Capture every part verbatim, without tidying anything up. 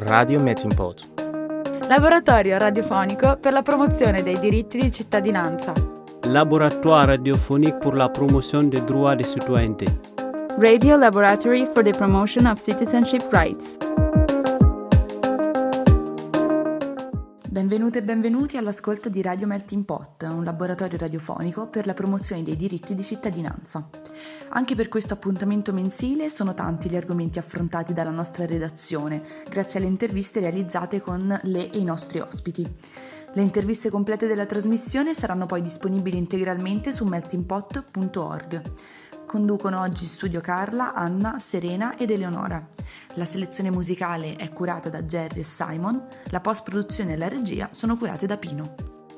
Radio Melting Pot. Laboratorio radiofonico per la promozione dei diritti di cittadinanza. Laboratoire radiophonique pour la promotion des droits des citoyens. Radio Laboratory for the Promotion of Citizenship Rights. Benvenute e benvenuti all'ascolto di Radio Melting Pot, un laboratorio radiofonico per la promozione dei diritti di cittadinanza. Anche per questo appuntamento mensile sono tanti gli argomenti affrontati dalla nostra redazione, grazie alle interviste realizzate con le e i nostri ospiti. Le interviste complete della trasmissione saranno poi disponibili integralmente su melting pot punto org. Conducono oggi in studio Carla, Anna, Serena ed Eleonora. La selezione musicale è curata da Jerry e Simon, la post-produzione e la regia sono curate da Pino.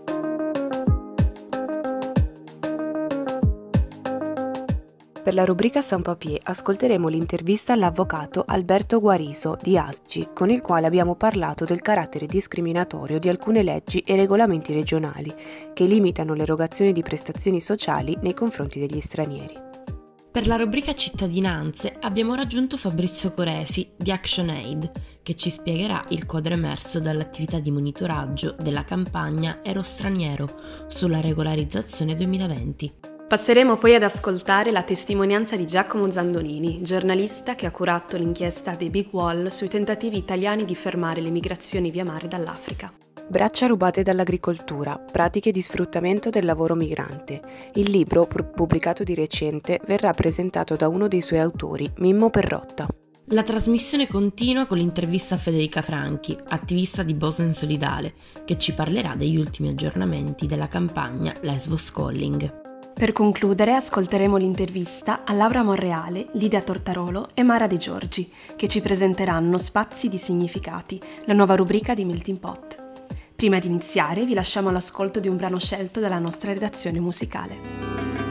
Per la rubrica Sans-Papier ascolteremo l'intervista all'avvocato Alberto Guariso di A S C I, con il quale abbiamo parlato del carattere discriminatorio di alcune leggi e regolamenti regionali che limitano l'erogazione di prestazioni sociali nei confronti degli stranieri. Per la rubrica Cittadinanze abbiamo raggiunto Fabrizio Coresi di ActionAid, che ci spiegherà il quadro emerso dall'attività di monitoraggio della campagna Ero straniero sulla regolarizzazione duemilaventi. Passeremo poi ad ascoltare la testimonianza di Giacomo Zandolini, giornalista che ha curato l'inchiesta dei Big Wall sui tentativi italiani di fermare le migrazioni via mare dall'Africa. Braccia rubate dall'agricoltura, pratiche di sfruttamento del lavoro migrante. Il libro, pubblicato di recente, verrà presentato da uno dei suoi autori, Mimmo Perrotta. La trasmissione continua con l'intervista a Federica Franchi, attivista di Bosen Solidale, che ci parlerà degli ultimi aggiornamenti della campagna Lesbos Calling. Per concludere ascolteremo l'intervista a Laura Monreale, Lidia Tortarolo e Mara De Giorgi, che ci presenteranno Spazi di significati, la nuova rubrica di Melting Pot. Prima di iniziare vi lasciamo all'ascolto di un brano scelto dalla nostra redazione musicale.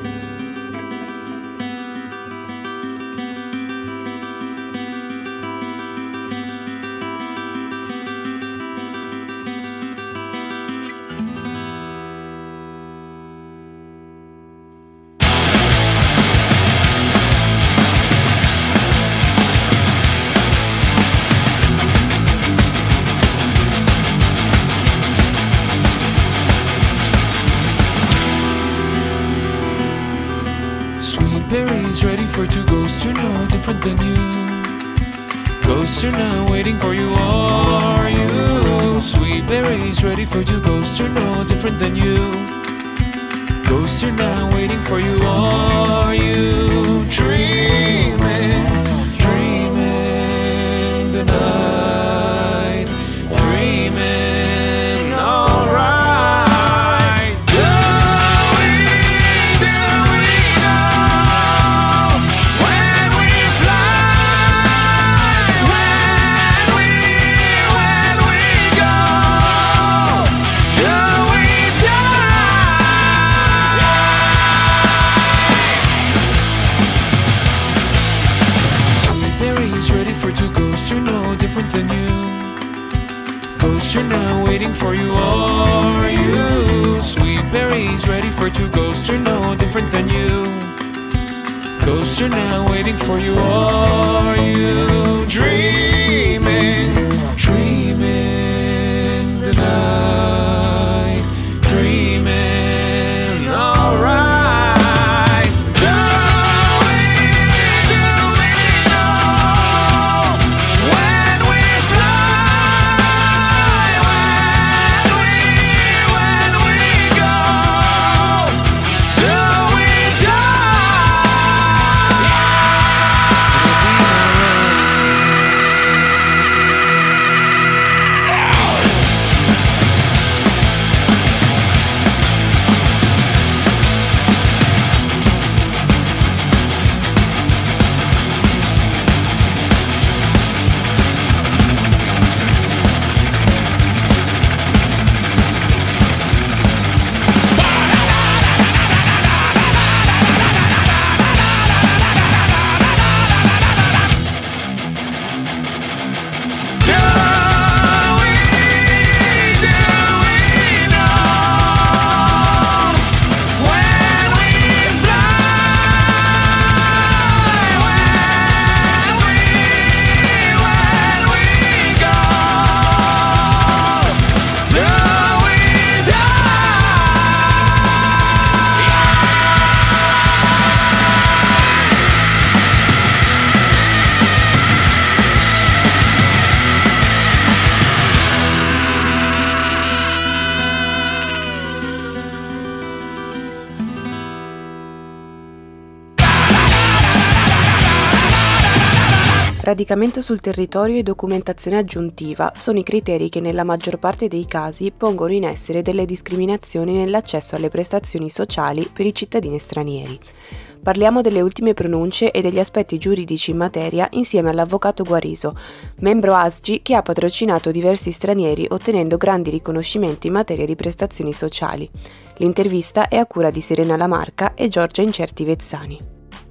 Berries ready for two ghosts are no different than you. Ghosts are now waiting for you, are you? Sweet berries ready for two ghosts are no different than you. Ghosts are now waiting for you, are you? Dreaming, dreaming the night, dreaming alright. Than you. Ghosts are now waiting for you, are you? Sweet berries ready for two ghosts are no different than you. Ghosts are now waiting for you, are you? Dreaming, dreaming the night, dreaming alright. We'll be Radicamento sul territorio e documentazione aggiuntiva sono i criteri che nella maggior parte dei casi pongono in essere delle discriminazioni nell'accesso alle prestazioni sociali per i cittadini stranieri. Parliamo delle ultime pronunce e degli aspetti giuridici in materia insieme all'avvocato Guariso, membro A S G I che ha patrocinato diversi stranieri ottenendo grandi riconoscimenti in materia di prestazioni sociali. L'intervista è a cura di Serena Lamarca e Giorgia Incerti-Vezzani.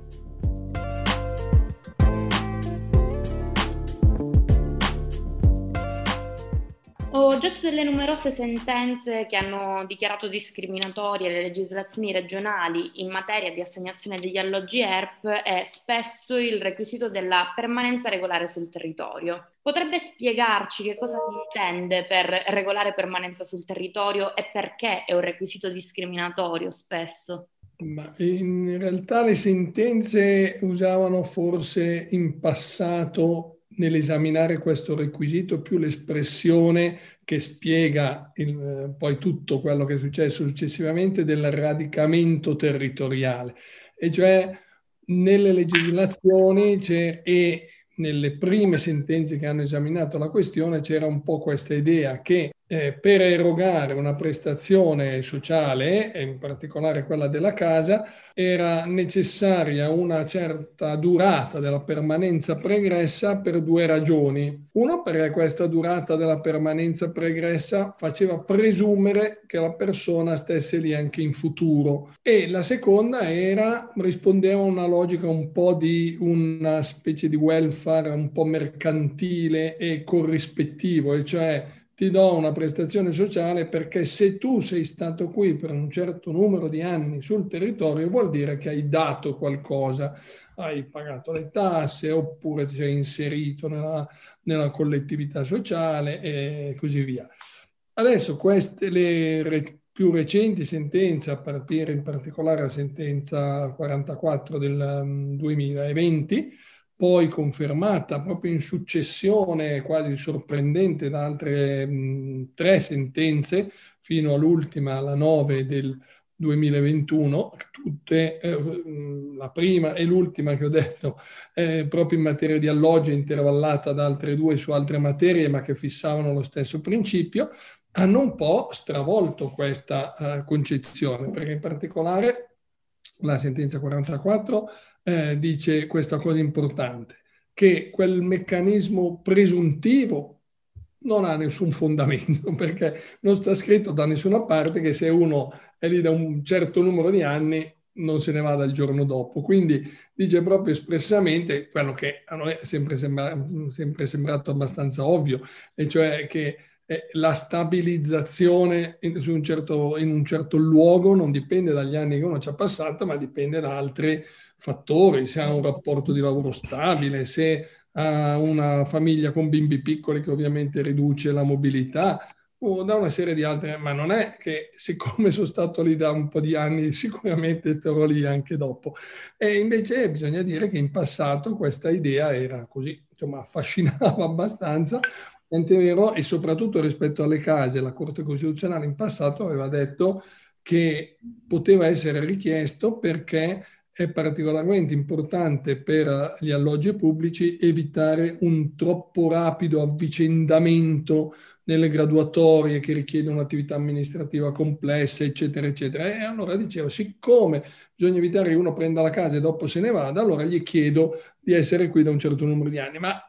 Oggetto delle numerose sentenze che hanno dichiarato discriminatorie le legislazioni regionali in materia di assegnazione degli alloggi E R P è spesso il requisito della permanenza regolare sul territorio. Potrebbe spiegarci che cosa si intende per regolare permanenza sul territorio e perché è un requisito discriminatorio spesso? Ma in realtà le sentenze usavano forse in passato, nell'esaminare questo requisito, più l'espressione che spiega il, poi tutto quello che è successo successivamente del radicamento territoriale. E cioè nelle legislazioni c'è, e nelle prime sentenze che hanno esaminato la questione c'era un po' questa idea che eh, per erogare una prestazione sociale, e in particolare quella della casa, era necessaria una certa durata della permanenza pregressa per due ragioni. Uno, perché questa durata della permanenza pregressa faceva presumere che la persona stesse lì anche in futuro. E la seconda era, rispondeva a una logica un po' di una specie di welfare un po' mercantile e corrispettivo, e cioè ti do una prestazione sociale perché se tu sei stato qui per un certo numero di anni sul territorio vuol dire che hai dato qualcosa, hai pagato le tasse oppure ti sei inserito nella, nella collettività sociale e così via. Adesso queste le re, più recenti sentenze, a partire in particolare la sentenza quarantaquattro del um, duemilaventi, poi confermata proprio in successione quasi sorprendente da altre mh, tre sentenze, fino all'ultima, la nove del duemilaventuno, tutte, eh, la prima e l'ultima che ho detto, eh, proprio in materia di alloggi, intervallata da altre due su altre materie, ma che fissavano lo stesso principio, hanno un po' stravolto questa uh, concezione, perché in particolare la sentenza quarantaquattro eh, dice questa cosa importante, che quel meccanismo presuntivo non ha nessun fondamento, perché non sta scritto da nessuna parte che se uno è lì da un certo numero di anni non se ne vada il giorno dopo. Quindi dice proprio espressamente quello che a noi è sempre, sembra, sempre sembrato abbastanza ovvio, e cioè che la stabilizzazione in un, certo, in un certo luogo non dipende dagli anni che uno ci ha passato, ma dipende da altri fattori, se ha un rapporto di lavoro stabile, se ha una famiglia con bimbi piccoli che ovviamente riduce la mobilità, o da una serie di altre, ma non è che siccome sono stato lì da un po' di anni sicuramente starò lì anche dopo. E invece bisogna dire che in passato questa idea era così, insomma affascinava abbastanza. Tant'è vero, e soprattutto rispetto alle case, la Corte Costituzionale in passato aveva detto che poteva essere richiesto perché è particolarmente importante per gli alloggi pubblici evitare un troppo rapido avvicendamento nelle graduatorie che richiedono un'attività amministrativa complessa, eccetera, eccetera. E allora dicevo, siccome bisogna evitare che uno prenda la casa e dopo se ne vada, allora gli chiedo di essere qui da un certo numero di anni. Ma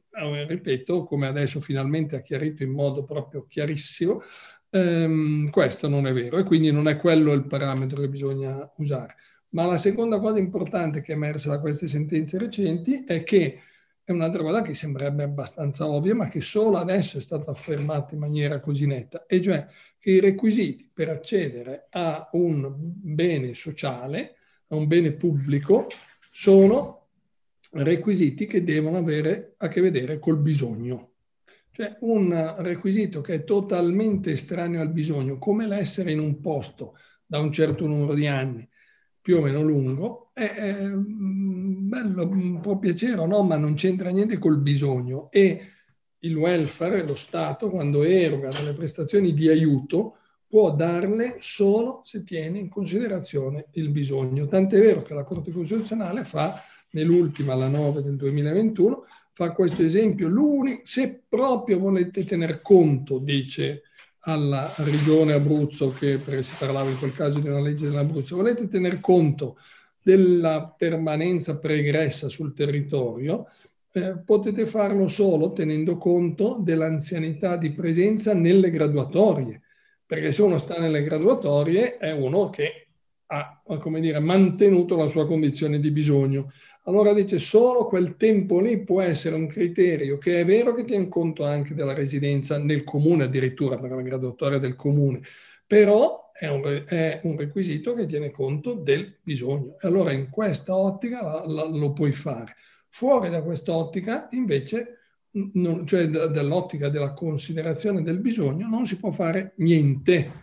ripeto, come adesso finalmente ha chiarito in modo proprio chiarissimo, ehm, questo non è vero e quindi non è quello il parametro che bisogna usare. Ma la seconda cosa importante che è emersa da queste sentenze recenti è che è un'altra cosa che sembrerebbe abbastanza ovvia, ma che solo adesso è stata affermata in maniera così netta, e cioè che i requisiti per accedere a un bene sociale, a un bene pubblico, sono requisiti che devono avere a che vedere col bisogno. Cioè un requisito che è totalmente estraneo al bisogno, come l'essere in un posto da un certo numero di anni, più o meno lungo, è, è bello, può piacere o no, ma non c'entra niente col bisogno. E il welfare, lo Stato, quando eroga delle prestazioni di aiuto, può darle solo se tiene in considerazione il bisogno. Tant'è vero che la Corte Costituzionale fa, nell'ultima, la nove del duemilaventuno, fa questo esempio, se proprio volete tener conto, dice alla Regione Abruzzo, che perché si parlava in quel caso di una legge dell'Abruzzo, volete tener conto della permanenza pregressa sul territorio, eh, potete farlo solo tenendo conto dell'anzianità di presenza nelle graduatorie, perché se uno sta nelle graduatorie è uno che ha, come dire, mantenuto la sua condizione di bisogno. Allora dice, solo quel tempo lì può essere un criterio che è vero che tiene conto anche della residenza nel comune, addirittura per la graduatoria del comune, però è un, è un requisito che tiene conto del bisogno. E allora in questa ottica la, la, lo puoi fare. Fuori da questa ottica, invece, non, cioè da, dall'ottica della considerazione del bisogno, non si può fare niente.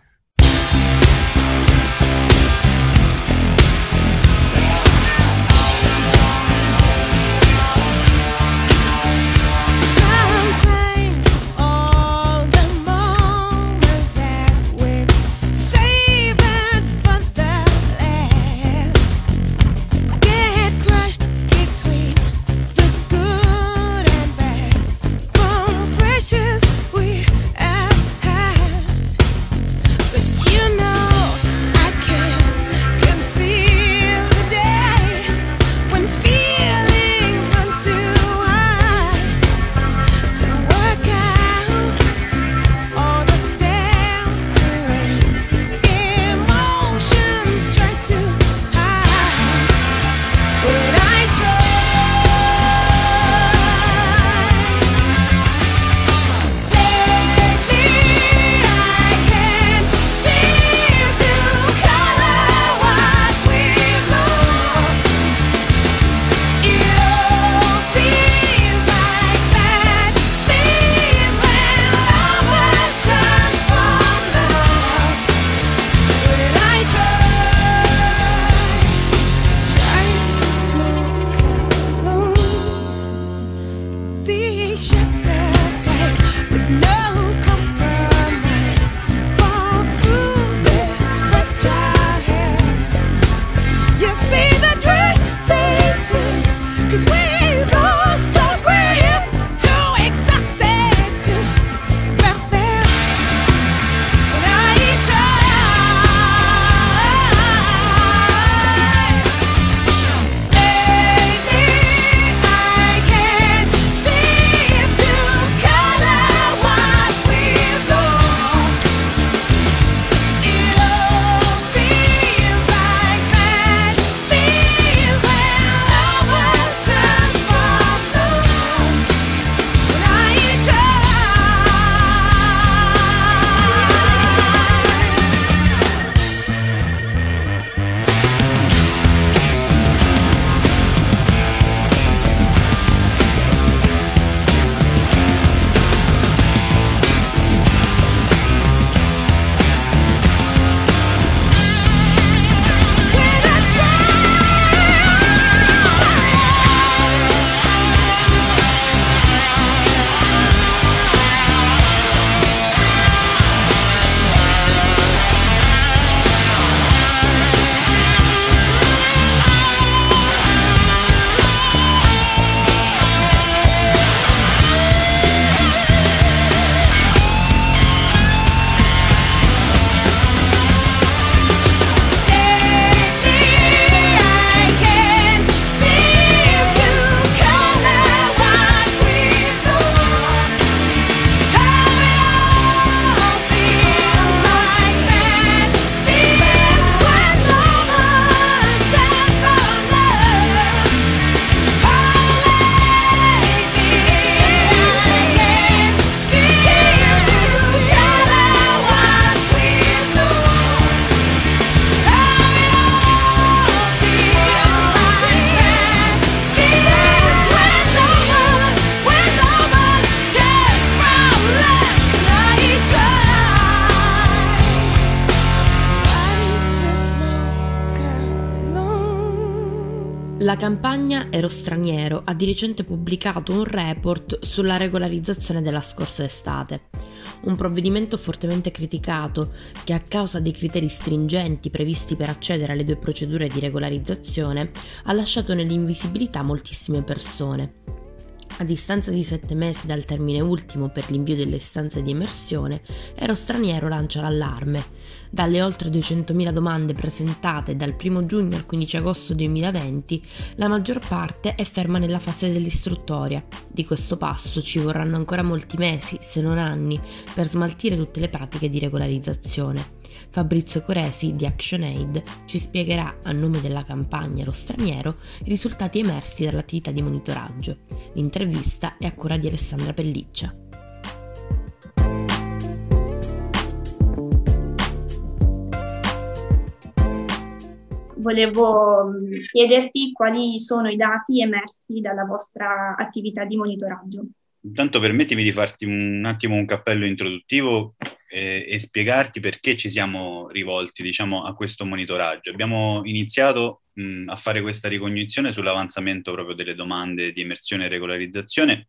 La campagna Ero straniero ha di recente pubblicato un report sulla regolarizzazione della scorsa estate. Un provvedimento fortemente criticato che, a causa dei criteri stringenti previsti per accedere alle due procedure di regolarizzazione, ha lasciato nell'invisibilità moltissime persone. A distanza di sette mesi dal termine ultimo per l'invio delle istanze di emersione, Eurostraniero lancia l'allarme. Dalle oltre duecentomila domande presentate dal primo giugno al quindici agosto duemilaventi, la maggior parte è ferma nella fase dell'istruttoria. Di questo passo ci vorranno ancora molti mesi, se non anni, per smaltire tutte le pratiche di regolarizzazione. Fabrizio Coresi di ActionAid ci spiegherà a nome della campagna Eurostraniero i risultati emersi dall'attività di monitoraggio. L'intervista è a cura di Alessandra Pelliccia. Volevo chiederti quali sono i dati emersi dalla vostra attività di monitoraggio. Intanto permettimi di farti un attimo un cappello introduttivo eh, e spiegarti perché ci siamo rivolti, diciamo, a questo monitoraggio. Abbiamo iniziato mh, a fare questa ricognizione sull'avanzamento proprio delle domande di emersione e regolarizzazione,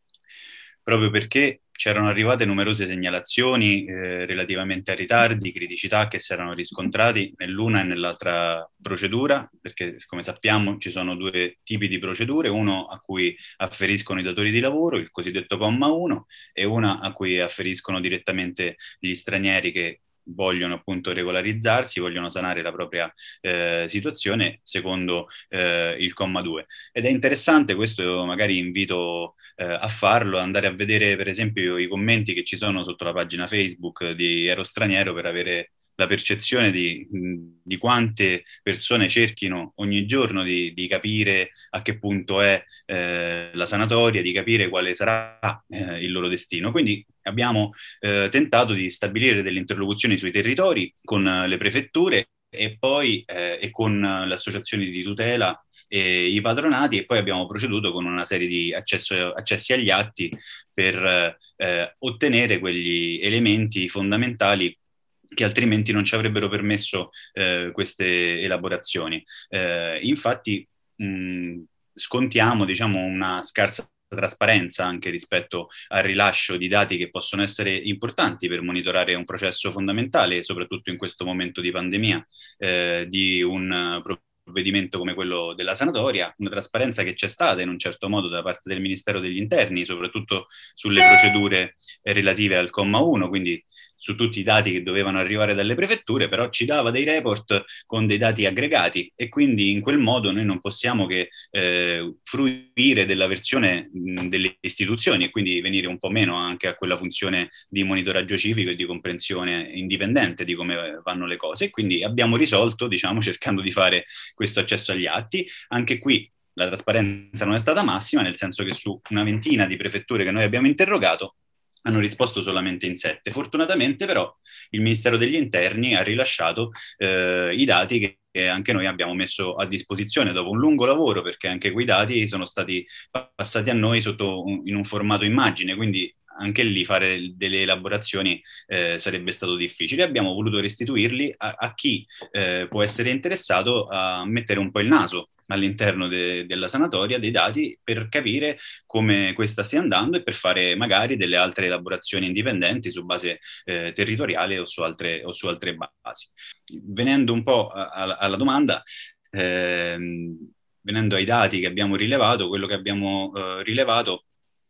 proprio perché c'erano arrivate numerose segnalazioni eh, relativamente a ritardi, criticità che si erano riscontrati nell'una e nell'altra procedura, perché come sappiamo ci sono due tipi di procedure, uno a cui afferiscono i datori di lavoro, il cosiddetto comma uno, e una a cui afferiscono direttamente gli stranieri che vogliono appunto regolarizzarsi, vogliono sanare la propria eh, situazione secondo eh, il comma due. Ed è interessante, questo io magari invito eh, a farlo, andare a vedere per esempio i commenti che ci sono sotto la pagina Facebook di Eurostraniero per avere la percezione di, di quante persone cerchino ogni giorno di, di capire a che punto è eh, la sanatoria, di capire quale sarà eh, il loro destino. Quindi abbiamo eh, tentato di stabilire delle interlocuzioni sui territori con eh, le prefetture e poi eh, e con le associazioni di tutela e i patronati, e poi abbiamo proceduto con una serie di accesso, accessi agli atti per eh, ottenere quegli elementi fondamentali che altrimenti non ci avrebbero permesso eh, queste elaborazioni. Eh, infatti mh, scontiamo, diciamo, una scarsa trasparenza anche rispetto al rilascio di dati che possono essere importanti per monitorare un processo fondamentale, soprattutto in questo momento di pandemia, eh, di un provvedimento come quello della sanatoria, una trasparenza che c'è stata in un certo modo da parte del Ministero degli Interni, soprattutto sulle procedure relative al comma uno, quindi su tutti i dati che dovevano arrivare dalle prefetture, però ci dava dei report con dei dati aggregati e quindi in quel modo noi non possiamo che eh, fruire della versione mh, delle istituzioni e quindi venire un po' meno anche a quella funzione di monitoraggio civico e di comprensione indipendente di come vanno le cose. E quindi abbiamo risolto, diciamo, cercando di fare questo accesso agli atti. Anche qui la trasparenza non è stata massima, nel senso che su una ventina di prefetture che noi abbiamo interrogato hanno risposto solamente in sette. Fortunatamente però il Ministero degli Interni ha rilasciato eh, i dati che che anche noi abbiamo messo a disposizione dopo un lungo lavoro, perché anche quei dati sono stati passati a noi sotto un, in un formato immagine, quindi anche lì fare delle elaborazioni eh, sarebbe stato difficile. Abbiamo voluto restituirli a, a chi eh, può essere interessato a mettere un po' il naso all'interno de, della sanatoria dei dati per capire come questa stia andando e per fare magari delle altre elaborazioni indipendenti su base eh, territoriale o su altre, o su altre basi. Venendo un po' a, a, alla domanda, ehm, venendo ai dati che abbiamo rilevato, quello che abbiamo eh, rilevato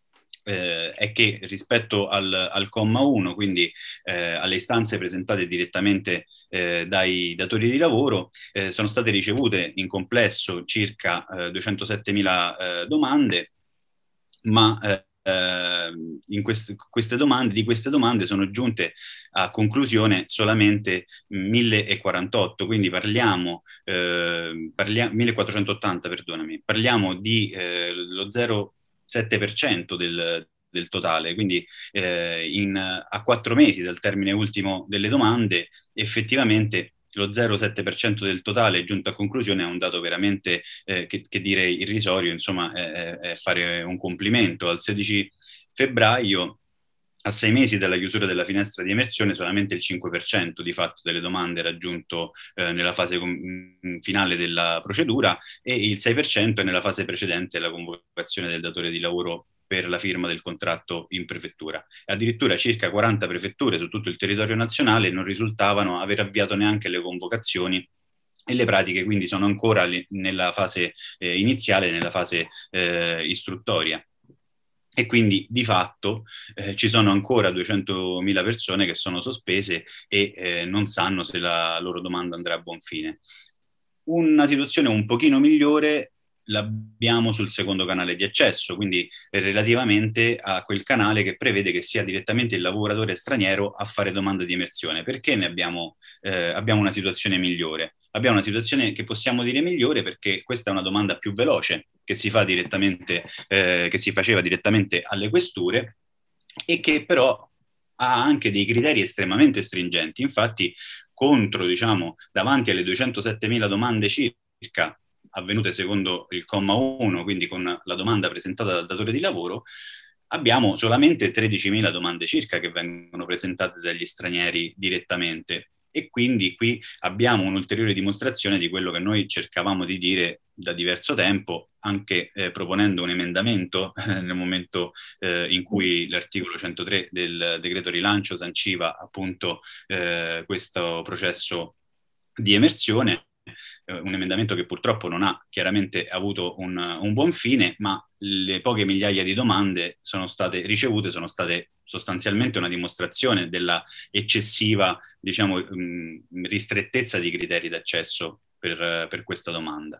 Eh, è che rispetto al, al comma uno, quindi eh, alle istanze presentate direttamente eh, dai datori di lavoro, eh, sono state ricevute in complesso circa eh, duecentosettemila eh, domande, ma eh, in queste, queste domande, di queste domande sono giunte a conclusione solamente millequarantotto, quindi parliamo, eh, parliamo millequattrocentottanta, perdonami, parliamo di eh, lo zero virgola sette per cento del, del totale, quindi eh, in, a quattro mesi dal termine ultimo delle domande effettivamente lo zero virgola sette per cento del totale è giunto a conclusione. È un dato veramente eh, che, che direi irrisorio, insomma è, è fare un complimento. Al sedici febbraio, a sei mesi dalla chiusura della finestra di emersione, solamente il cinque per cento di fatto delle domande è raggiunto eh, nella fase com- finale della procedura e il sei per cento è nella fase precedente alla convocazione del datore di lavoro per la firma del contratto in prefettura. Addirittura circa quaranta prefetture su tutto il territorio nazionale non risultavano aver avviato neanche le convocazioni e le pratiche quindi sono ancora li- nella fase eh, iniziale, nella fase eh, istruttoria. e quindi di fatto eh, ci sono ancora duecentomila persone che sono sospese e eh, non sanno se la loro domanda andrà a buon fine. Una situazione un pochino migliore l'abbiamo sul secondo canale di accesso, quindi relativamente a quel canale che prevede che sia direttamente il lavoratore straniero a fare domanda di emersione. Perché ne abbiamo, eh, abbiamo una situazione migliore? Abbiamo una situazione che possiamo dire migliore perché questa è una domanda più veloce, che si fa direttamente, eh, che si faceva direttamente alle questure e che però ha anche dei criteri estremamente stringenti. Infatti, contro, diciamo, davanti alle duecentosettemila domande circa avvenute secondo il comma uno, quindi con la domanda presentata dal datore di lavoro, abbiamo solamente tredicimila domande circa che vengono presentate dagli stranieri direttamente. E quindi qui abbiamo un'ulteriore dimostrazione di quello che noi cercavamo di dire da diverso tempo, anche eh, proponendo un emendamento eh, nel momento eh, in cui l'articolo centotré del decreto rilancio sanciva appunto eh, questo processo di emersione. Un emendamento che purtroppo non ha chiaramente avuto un, un buon fine, ma le poche migliaia di domande sono state ricevute, sono state sostanzialmente una dimostrazione della eccessiva, diciamo, mh, ristrettezza di criteri d'accesso per, per questa domanda.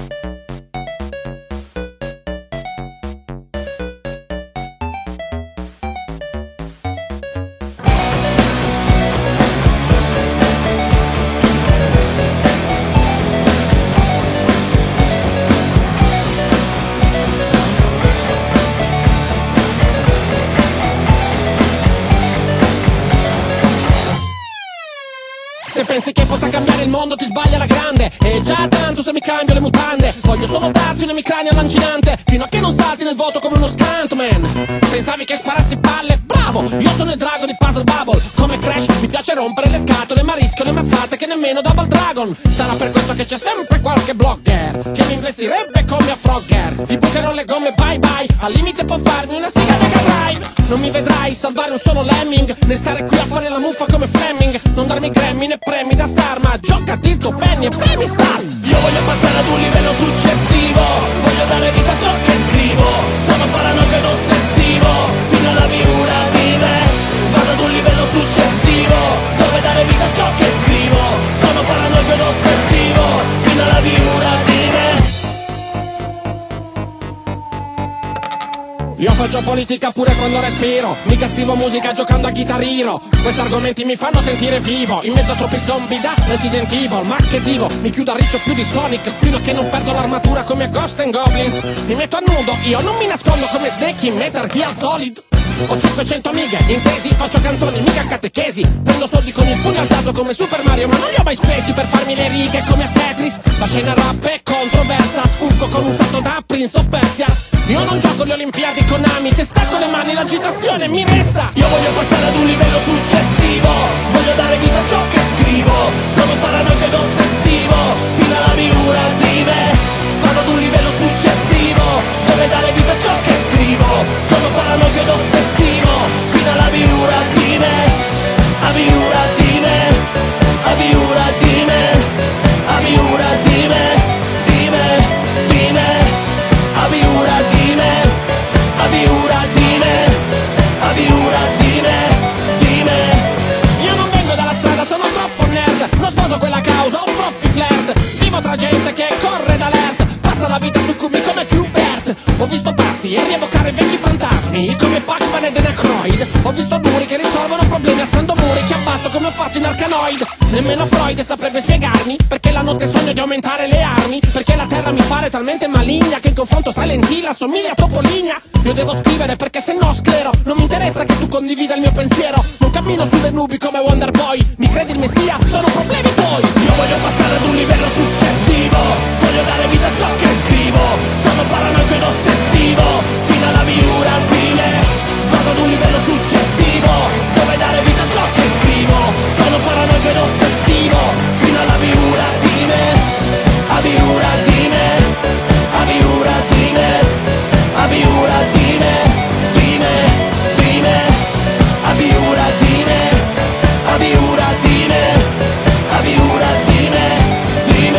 Se pensi che possa cambiare il mondo ti sbagli alla grande. E già tanto se mi cambio le mutande. Voglio solo darti un'emicrania lancinante, fino a che non salti nel vuoto come uno stuntman. Pensavi che sparassi palle? Bravo! Io sono il drago di Puzzle Bubble. Come Crash mi piace rompere le scatole, ma rischio le mazzate che nemmeno Double Dragon. Sarà per questo che c'è sempre qualche blogger che mi investirebbe come a Frogger. I bucherò le gomme bye bye, al limite può farmi una siga Mega Drive. Non mi vedrai salvare un solo lemming, né stare qui a fare la muffa come Fleming. Non darmi Grammy né premi da star, ma giocati il tuo penny e premi start. Io voglio passare ad un livello successivo, voglio dare vita a ciò che scrivo. Sono paranoico ed ossessivo, fino alla miura di me. Vado ad un livello successivo, dove dare vita a ciò che scrivo. Sono paranoico ed ossessivo, fino alla miura di me. Io faccio politica pure quando respiro, mica scrivo musica giocando a Guitar Hero. Questi argomenti mi fanno sentire vivo, in mezzo a troppi zombie da Resident Evil. Ma che divo, mi chiudo a riccio più di Sonic, fino a che non perdo l'armatura come Ghost and Goblins. Mi metto a nudo, io non mi nascondo come Snake in Metal Gear Solid. Ho cinquecento amiche, intesi, faccio canzoni, mica catechesi. Prendo soldi con il pugno alzato come Super Mario, ma non li ho mai spesi per farmi le righe come a Tetris. La scena rap è controversa, sfuggo con un salto da Prince of Persia. Io non gioco le Olimpiadi con Ami, se stacco le mani l'agitazione mi resta. Io voglio passare ad un livello successivo, voglio dare vita a ciò che scrivo. Sono paranoico ed ossessivo, fino alla miura di me. Vado ad un livello successivo, dove dare vita a ciò che scrivo. Sono paranoico ed ossessivo, fino alla miura di me. A miura di me, a miura di me, a miura di me, di me, di me. A miura di me, a miura di me, a miura di me, di me. Io non vengo dalla strada, sono troppo nerd, non sposo quella causa, ho troppi flirt. Vivo tra gente che corre d'alert, passa la vita su cubi come Q-Bert. Ho visto pazzi e rievocare vecchi fantasmi come Pac-Man e The Necroid. Ho visto duri che risolvono problemi alzando muri che abbatto come ho fatto in Arkanoid. Nemmeno Freud saprebbe spiegarmi perché la notte sogno di aumentare le armi, perché la terra mi pare talmente maligna che in confronto Silent Hill assomiglia a Topolinia. Io devo scrivere perché se no sclero, non mi interessa che tu condivida il mio pensiero. Non cammino sulle nubi come Wonder Boy, mi credi il messia? Sono problemi tuoi. Io voglio passare ad un livello successivo, voglio dare vita a ciò che scrivo. Sono paranoico ed ossessivo, fino alla miura di me. Vado ad un livello successivo, dove dare vita a ciò che scrivo. Sono paranoico ed ossessivo, fino alla miura di me. A miura di me, a miura di me, a miura di me, di me, di me. A miura di me, a miura di me, a miura di me, di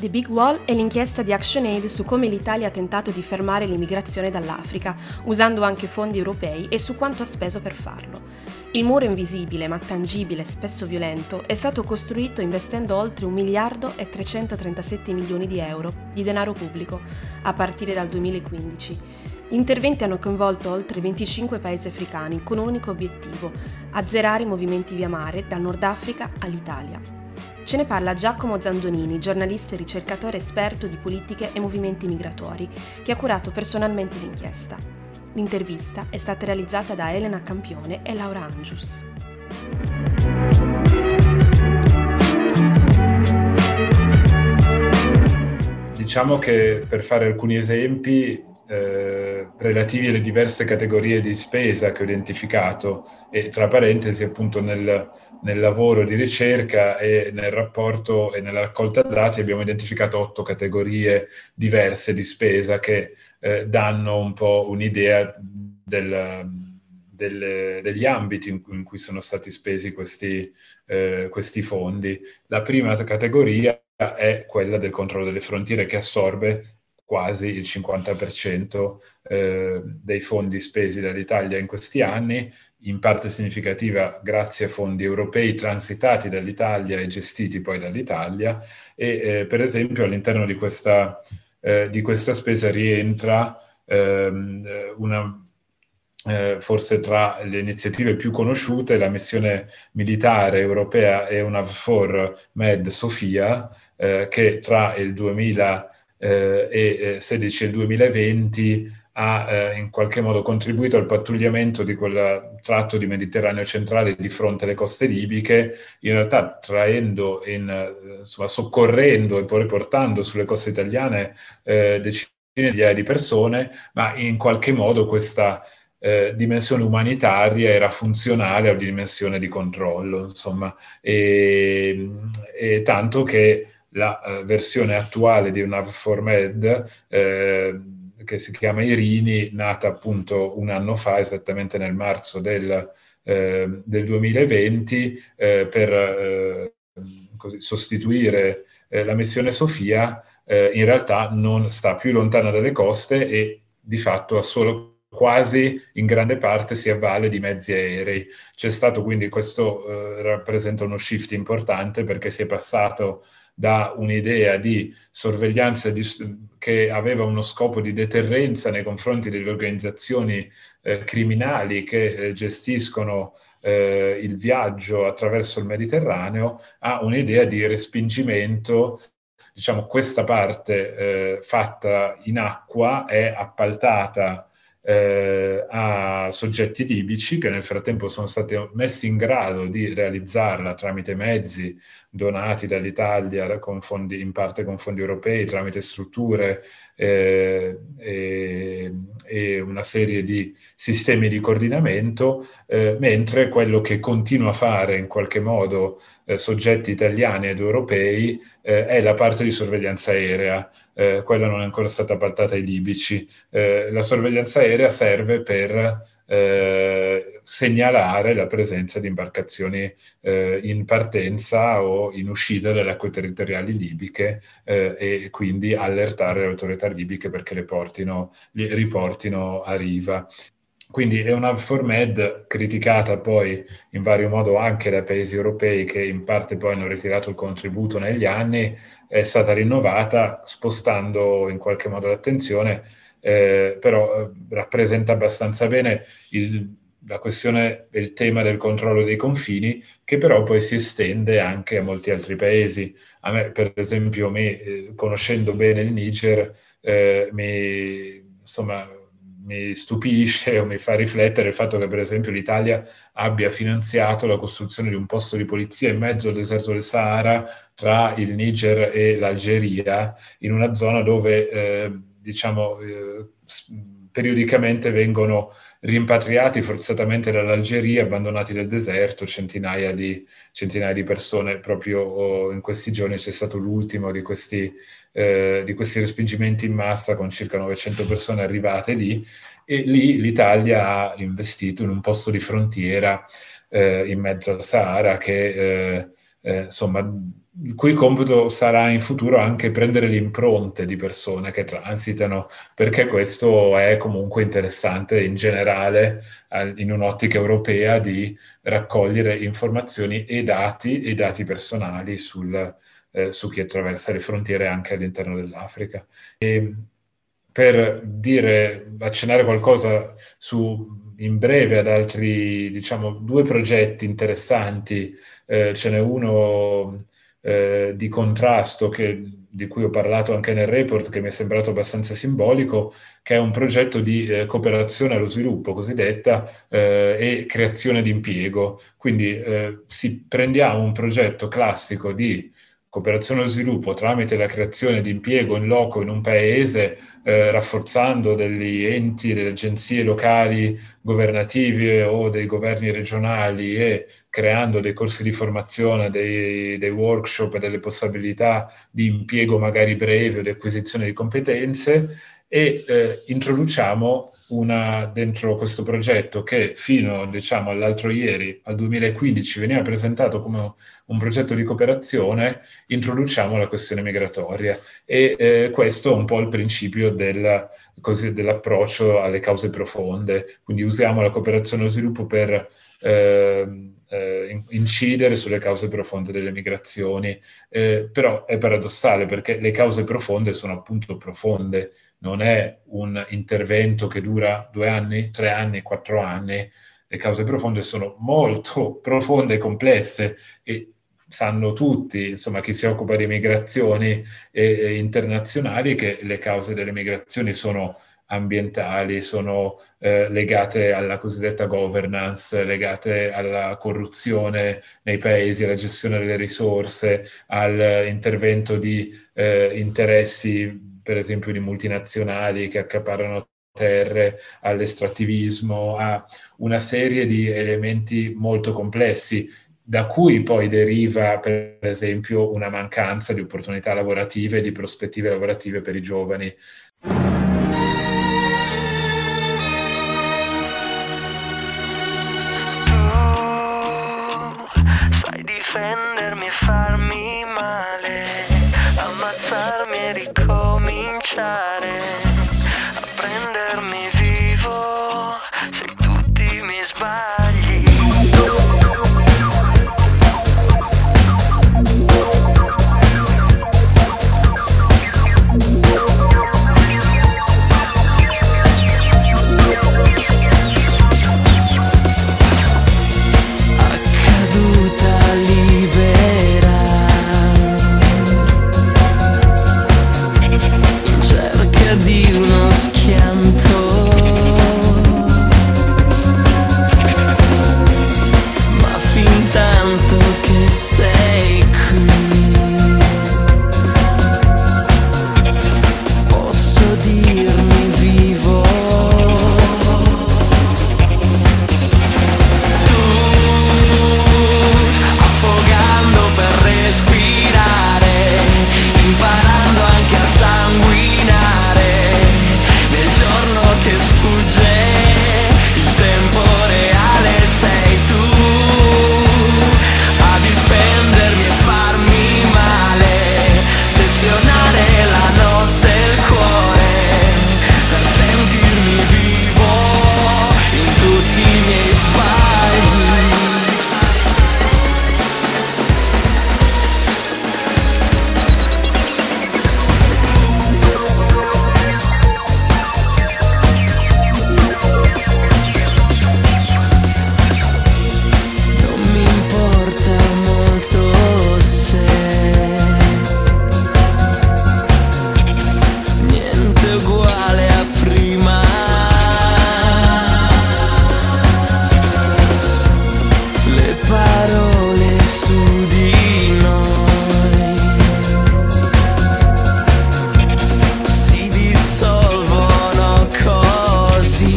The Big Wall è l'inchiesta di ActionAid su come l'Italia ha tentato di fermare l'immigrazione dall'Africa, usando anche fondi europei, e su quanto ha speso per farlo. Il muro invisibile, ma tangibile e spesso violento, è stato costruito investendo oltre un miliardo e trecentotrentasette milioni di euro di denaro pubblico, a partire dal duemilaquindici. Gli interventi hanno coinvolto oltre venticinque paesi africani con un unico obiettivo: azzerare i movimenti via mare dal Nord Africa all'Italia. Ce ne parla Giacomo Zandonini, giornalista e ricercatore esperto di politiche e movimenti migratori, che ha curato personalmente l'inchiesta. L'intervista è stata realizzata da Elena Campione e Laura Angius. Diciamo che, per fare alcuni esempi eh, relativi alle diverse categorie di spesa che ho identificato, e tra parentesi appunto nel, nel lavoro di ricerca e nel rapporto e nella raccolta dati abbiamo identificato otto categorie diverse di spesa che eh, danno un po' un'idea del, del, degli ambiti in cui, in cui sono stati spesi questi, eh, questi fondi. La prima categoria è quella del controllo delle frontiere, che assorbe quasi il cinquanta per cento eh, dei fondi spesi dall'Italia in questi anni, in parte significativa grazie a fondi europei transitati dall'Italia e gestiti poi dall'Italia. E eh, per esempio all'interno di questa, eh, di questa spesa rientra ehm, una Eh, forse tra le iniziative più conosciute, la missione militare europea EUNAVFOR Med Sofia, eh, che tra il duemilasedici e il duemilaventi ha eh, in qualche modo contribuito al pattugliamento di quel tratto di Mediterraneo centrale di fronte alle coste libiche, in realtà traendo, in, insomma, soccorrendo e poi riportando sulle coste italiane eh, decine di migliaia di persone, ma in qualche modo questa Eh, dimensione umanitaria era funzionale a una dimensione di controllo, insomma, e, e tanto che la uh, versione attuale di EUNAVFOR Med, eh, che si chiama Irini, nata appunto un anno fa, esattamente nel marzo del, eh, del duemilaventi, eh, per eh, così, sostituire eh, la missione Sofia, eh, in realtà non sta più lontana dalle coste e di fatto ha solo quasi in grande parte si avvale di mezzi aerei. C'è stato quindi questo, eh, rappresenta uno shift importante, perché si è passato da un'idea di sorveglianza di, che aveva uno scopo di deterrenza nei confronti delle organizzazioni eh, criminali che eh, gestiscono eh, il viaggio attraverso il Mediterraneo, a un'idea di respingimento. Diciamo, questa parte eh, fatta in acqua è appaltata Eh, a soggetti libici che nel frattempo sono stati messi in grado di realizzarla tramite mezzi donati dall'Italia con fondi, in parte con fondi europei, tramite strutture eh, e, e una serie di sistemi di coordinamento, eh, mentre quello che continua a fare in qualche modo eh, soggetti italiani ed europei eh, è la parte di sorveglianza aerea. Eh, quella non è ancora stata appaltata ai libici. Eh, la sorveglianza aerea serve per eh, segnalare la presenza di imbarcazioni eh, in partenza o in uscita dalle acque territoriali libiche eh, e quindi allertare le autorità libiche perché le portino, li riportino a riva. Quindi è EUNAVFOR Med, criticata poi in vario modo anche dai paesi europei che in parte poi hanno ritirato il contributo negli anni, è stata rinnovata spostando in qualche modo l'attenzione, eh, però eh, rappresenta abbastanza bene il, la questione e il tema del controllo dei confini, che però poi si estende anche a molti altri paesi. A me, per esempio, me, eh, conoscendo bene il Niger, eh, mi, insomma, mi stupisce o mi fa riflettere il fatto che, per esempio, l'Italia abbia finanziato la costruzione di un posto di polizia in mezzo al deserto del Sahara tra il Niger e l'Algeria, in una zona dove, eh, diciamo, eh, periodicamente vengono rimpatriati forzatamente dall'Algeria, abbandonati nel deserto, centinaia di, centinaia di persone. Proprio oh, in questi giorni c'è stato l'ultimo di questi, eh, di questi respingimenti in massa, con circa novecento persone arrivate lì, e lì l'Italia ha investito in un posto di frontiera eh, in mezzo al Sahara che eh, eh, insomma, il cui compito sarà in futuro anche prendere le impronte di persone che transitano, perché questo è comunque interessante in generale in un'ottica europea di raccogliere informazioni e dati e dati personali sul, eh, su chi attraversa le frontiere anche all'interno dell'Africa. E per dire, accennare qualcosa su in breve ad altri, diciamo, due progetti interessanti, eh, ce n'è uno eh, di contrasto che, di cui ho parlato anche nel report, che mi è sembrato abbastanza simbolico, che è un progetto di eh, cooperazione allo sviluppo cosiddetta eh, e creazione di impiego. Quindi eh, si prendiamo un progetto classico di cooperazione allo sviluppo tramite la creazione di impiego in loco in un paese, eh, rafforzando degli enti, delle agenzie locali governative o dei governi regionali e creando dei corsi di formazione, dei, dei workshop e delle possibilità di impiego magari breve o di acquisizione di competenze, e eh, introduciamo una, dentro questo progetto che fino, diciamo, all'altro ieri, al duemilaquindici, veniva presentato come un progetto di cooperazione, introduciamo la questione migratoria. E eh, questo è un po' il principio del, così, dell'approccio alle cause profonde. Quindi usiamo la cooperazione allo sviluppo per eh, eh, incidere sulle cause profonde delle migrazioni. Eh, però è paradossale, perché le cause profonde sono appunto profonde. Non è un intervento che dura due anni, tre anni, quattro anni. Le cause profonde sono molto profonde e complesse, e sanno tutti, insomma, chi si occupa di migrazioni e, e internazionali, che le cause delle migrazioni sono ambientali, sono eh, legate alla cosiddetta governance, legate alla corruzione nei paesi, alla gestione delle risorse, all'intervento di eh, interessi, per esempio di multinazionali che accaparrano terre, all'estrattivismo, a una serie di elementi molto complessi, da cui poi deriva, per esempio, una mancanza di opportunità lavorative e di prospettive lavorative per i giovani. Sai difendermi e farmi male, ammazzarmi e ricominciare, a prendermi vivo se tutti mi sbagli. Accaduta libera, in cerca di uno schianto, ma fin tanto che sei qui, posso dirmi vivo. Affogando per respirare, imparando anche a sanguinare, nel giorno che sfugge il tempo reale sei tu, a difendermi e farmi male, sezionare la notte e il cuore, per sentirmi vivo in tutti i miei sbagli. Non mi importa molto se niente è uguale a prima. Le parole su di noi si dissolvono così.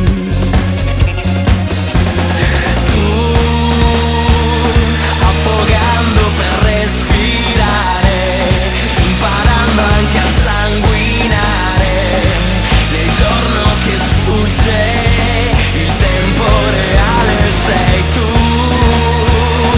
Tu, affogando per respirare, imparando anche a sanguinare, nel giorno che sfugge il tempo reale sei tu,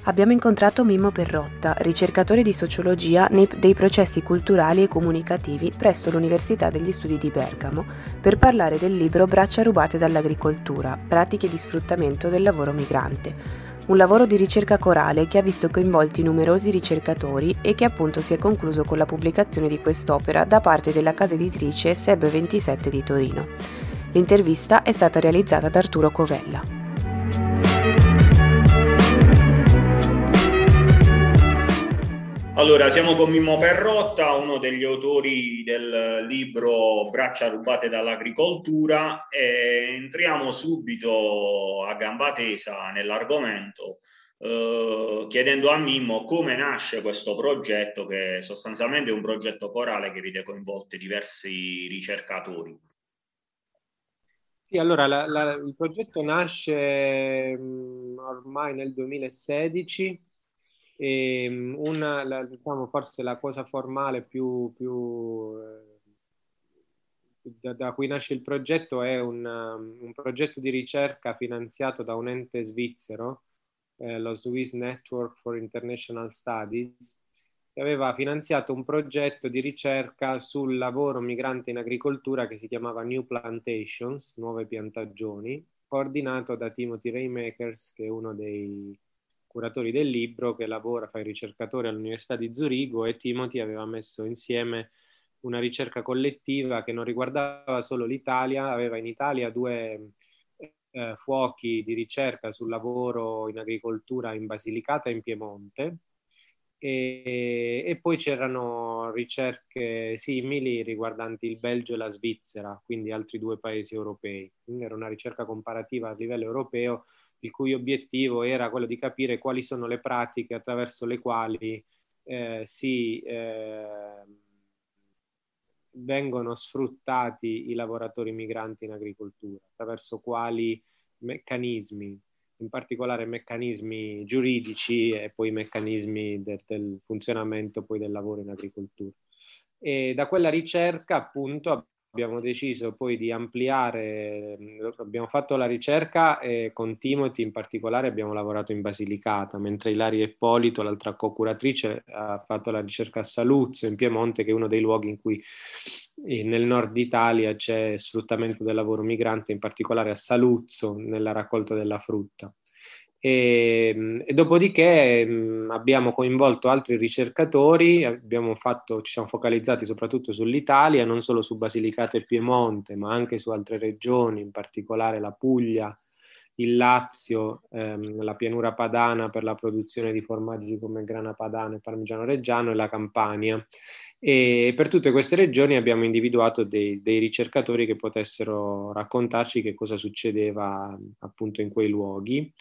Abbiamo incontrato Mimmo Perrotta, ricercatore di sociologia nei, dei processi culturali e comunicativi presso l'Università degli Studi di Bergamo, per parlare del libro Braccia rubate dall'agricoltura, pratiche di sfruttamento del lavoro migrante. Un lavoro di ricerca corale che ha visto coinvolti numerosi ricercatori e che appunto si è concluso con la pubblicazione di quest'opera da parte della casa editrice Seb ventisette di Torino. L'intervista è stata realizzata da Arturo Covella. Allora, siamo con Mimmo Perrotta, uno degli autori del libro Braccia rubate dall'agricoltura, e entriamo subito a gamba tesa nell'argomento, eh, chiedendo a Mimmo come nasce questo progetto, che sostanzialmente è un progetto corale che vede coinvolti diversi ricercatori. Sì, allora la, la, il progetto nasce mh, ormai nel duemilasedici. E una, la, diciamo, forse la cosa formale più, più eh, da, da cui nasce il progetto è un, un progetto di ricerca finanziato da un ente svizzero, eh, lo Swiss Network for International Studies, che aveva finanziato un progetto di ricerca sul lavoro migrante in agricoltura che si chiamava New Plantations, nuove piantagioni, coordinato da Timothy Raymakers, che è uno dei curatori del libro, che lavora, fa il ricercatore all'Università di Zurigo, e Timothy aveva messo insieme una ricerca collettiva che non riguardava solo l'Italia, aveva in Italia due eh, fuochi di ricerca sul lavoro in agricoltura in Basilicata e in Piemonte, e, e poi c'erano ricerche simili riguardanti il Belgio e la Svizzera, quindi altri due paesi europei. Quindi era una ricerca comparativa a livello europeo, il cui obiettivo era quello di capire quali sono le pratiche attraverso le quali eh, si eh, vengono sfruttati i lavoratori migranti in agricoltura, attraverso quali meccanismi, in particolare meccanismi giuridici e poi meccanismi de- del funzionamento poi del lavoro in agricoltura. E da quella ricerca appunto abbiamo deciso poi di ampliare, abbiamo fatto la ricerca e con Timothy in particolare abbiamo lavorato in Basilicata, mentre Ilaria Ippolito, l'altra co-curatrice, ha fatto la ricerca a Saluzzo in Piemonte, che è uno dei luoghi in cui nel nord Italia c'è sfruttamento del lavoro migrante, in particolare a Saluzzo nella raccolta della frutta. E, e dopodiché mh, abbiamo coinvolto altri ricercatori, abbiamo fatto, ci siamo focalizzati soprattutto sull'Italia, non solo su Basilicata e Piemonte, ma anche su altre regioni, in particolare la Puglia, il Lazio, ehm, la pianura padana per la produzione di formaggi come grana padano e parmigiano reggiano, e la Campania. E per tutte queste regioni abbiamo individuato dei, dei ricercatori che potessero raccontarci che cosa succedeva appunto in quei luoghi.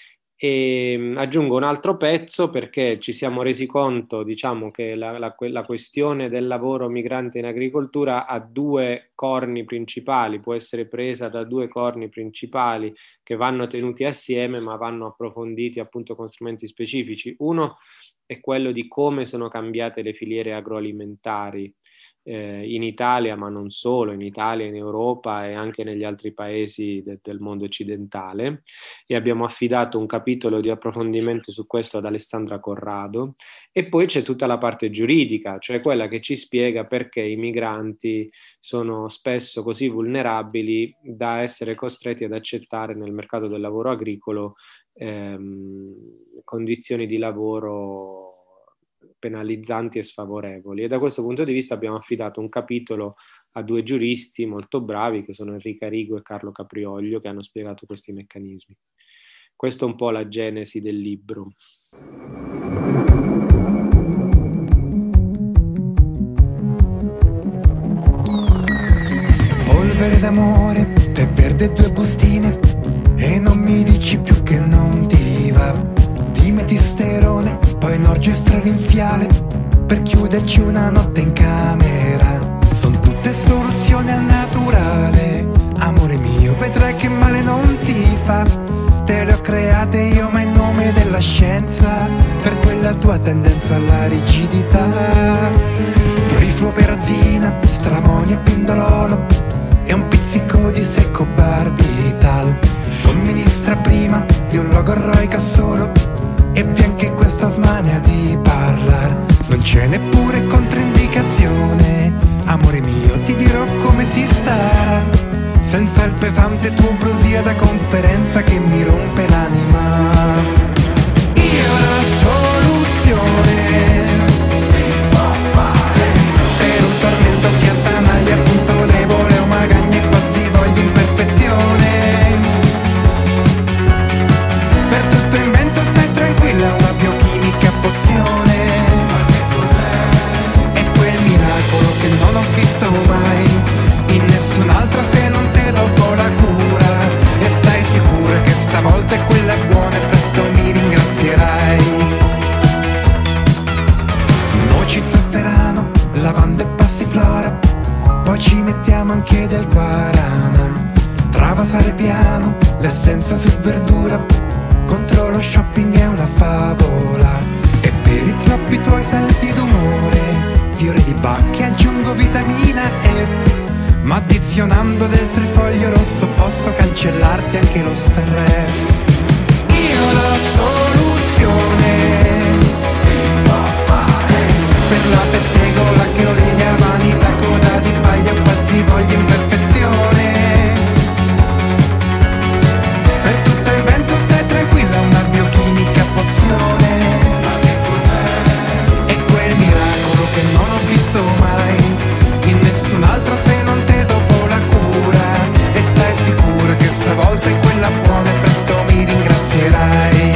E aggiungo un altro pezzo, perché ci siamo resi conto, diciamo, che la, la, la questione del lavoro migrante in agricoltura ha due corni principali, può essere presa da due corni principali che vanno tenuti assieme ma vanno approfonditi appunto con strumenti specifici. Uno è quello di come sono cambiate le filiere agroalimentari eh, in Italia, ma non solo, in Italia, in Europa e anche negli altri paesi de- del mondo occidentale, e abbiamo affidato un capitolo di approfondimento su questo ad Alessandra Corrado. E poi c'è tutta la parte giuridica, cioè quella che ci spiega perché i migranti sono spesso così vulnerabili da essere costretti ad accettare nel mercato del lavoro agricolo ehm, condizioni di lavoro penalizzanti e sfavorevoli. E da questo punto di vista abbiamo affidato un capitolo a due giuristi molto bravi, che sono Enrica Rigo e Carlo Caprioglio, che hanno spiegato questi meccanismi. Questa è un po' la genesi del libro. Polvere d'amore, tè verde, due bustine, e non mi dici più che non ti va. Dimetisterone, poi Norgestra rinfiale, per chiuderci una notte in camera. Son tutte soluzioni al naturale, amore mio, vedrai che male non ti fa. Te le ho create io, ma in nome della scienza, per quella tua tendenza alla rigidità. Trifluoperazina, stramonio e pindololo, e un pizzico di secco barbital. Somministra prima di un logorroica solo, E vi anche questa smania di parlare, non c'è neppure controindicazione. Amore mio, ti dirò come si starà, senza il pesante tuo brusio da conferenza che mi rompe l'anima. Io la soluzione si può fare per un tormento che attanaglia il punto debole, o magagna e qualsivoglia imperfezione. Per tutto invento stai tranquilla, una biochimica pozione. È quel miracolo che non ho visto mai in nessun'altra se non te dopo la cura. E stai sicura che stavolta è quella buona e presto mi ringrazierai. Noci, zafferano, lavanda e passiflora, poi ci mettiamo anche del guarana. Travasare piano, l'essenza su verdura, contro lo shopping è una favola. E per i troppi tuoi salti d'umore, fiori di bacche aggiungo vitamina E. Ma addizionando del trifoglio rosso posso cancellarti anche lo stress. Io la soluzione si può fare per la pettegola che origlia vanità, coda di paglia o qualsivoglia imperfezione. Per tutto il vento stai tranquilla, una biochimica pozione. Ma che cos'è? È quel miracolo che non ho visto mai in nessun'altra se non te dopo la cura. E stai sicura che stavolta è quella buona e presto mi ringrazierai.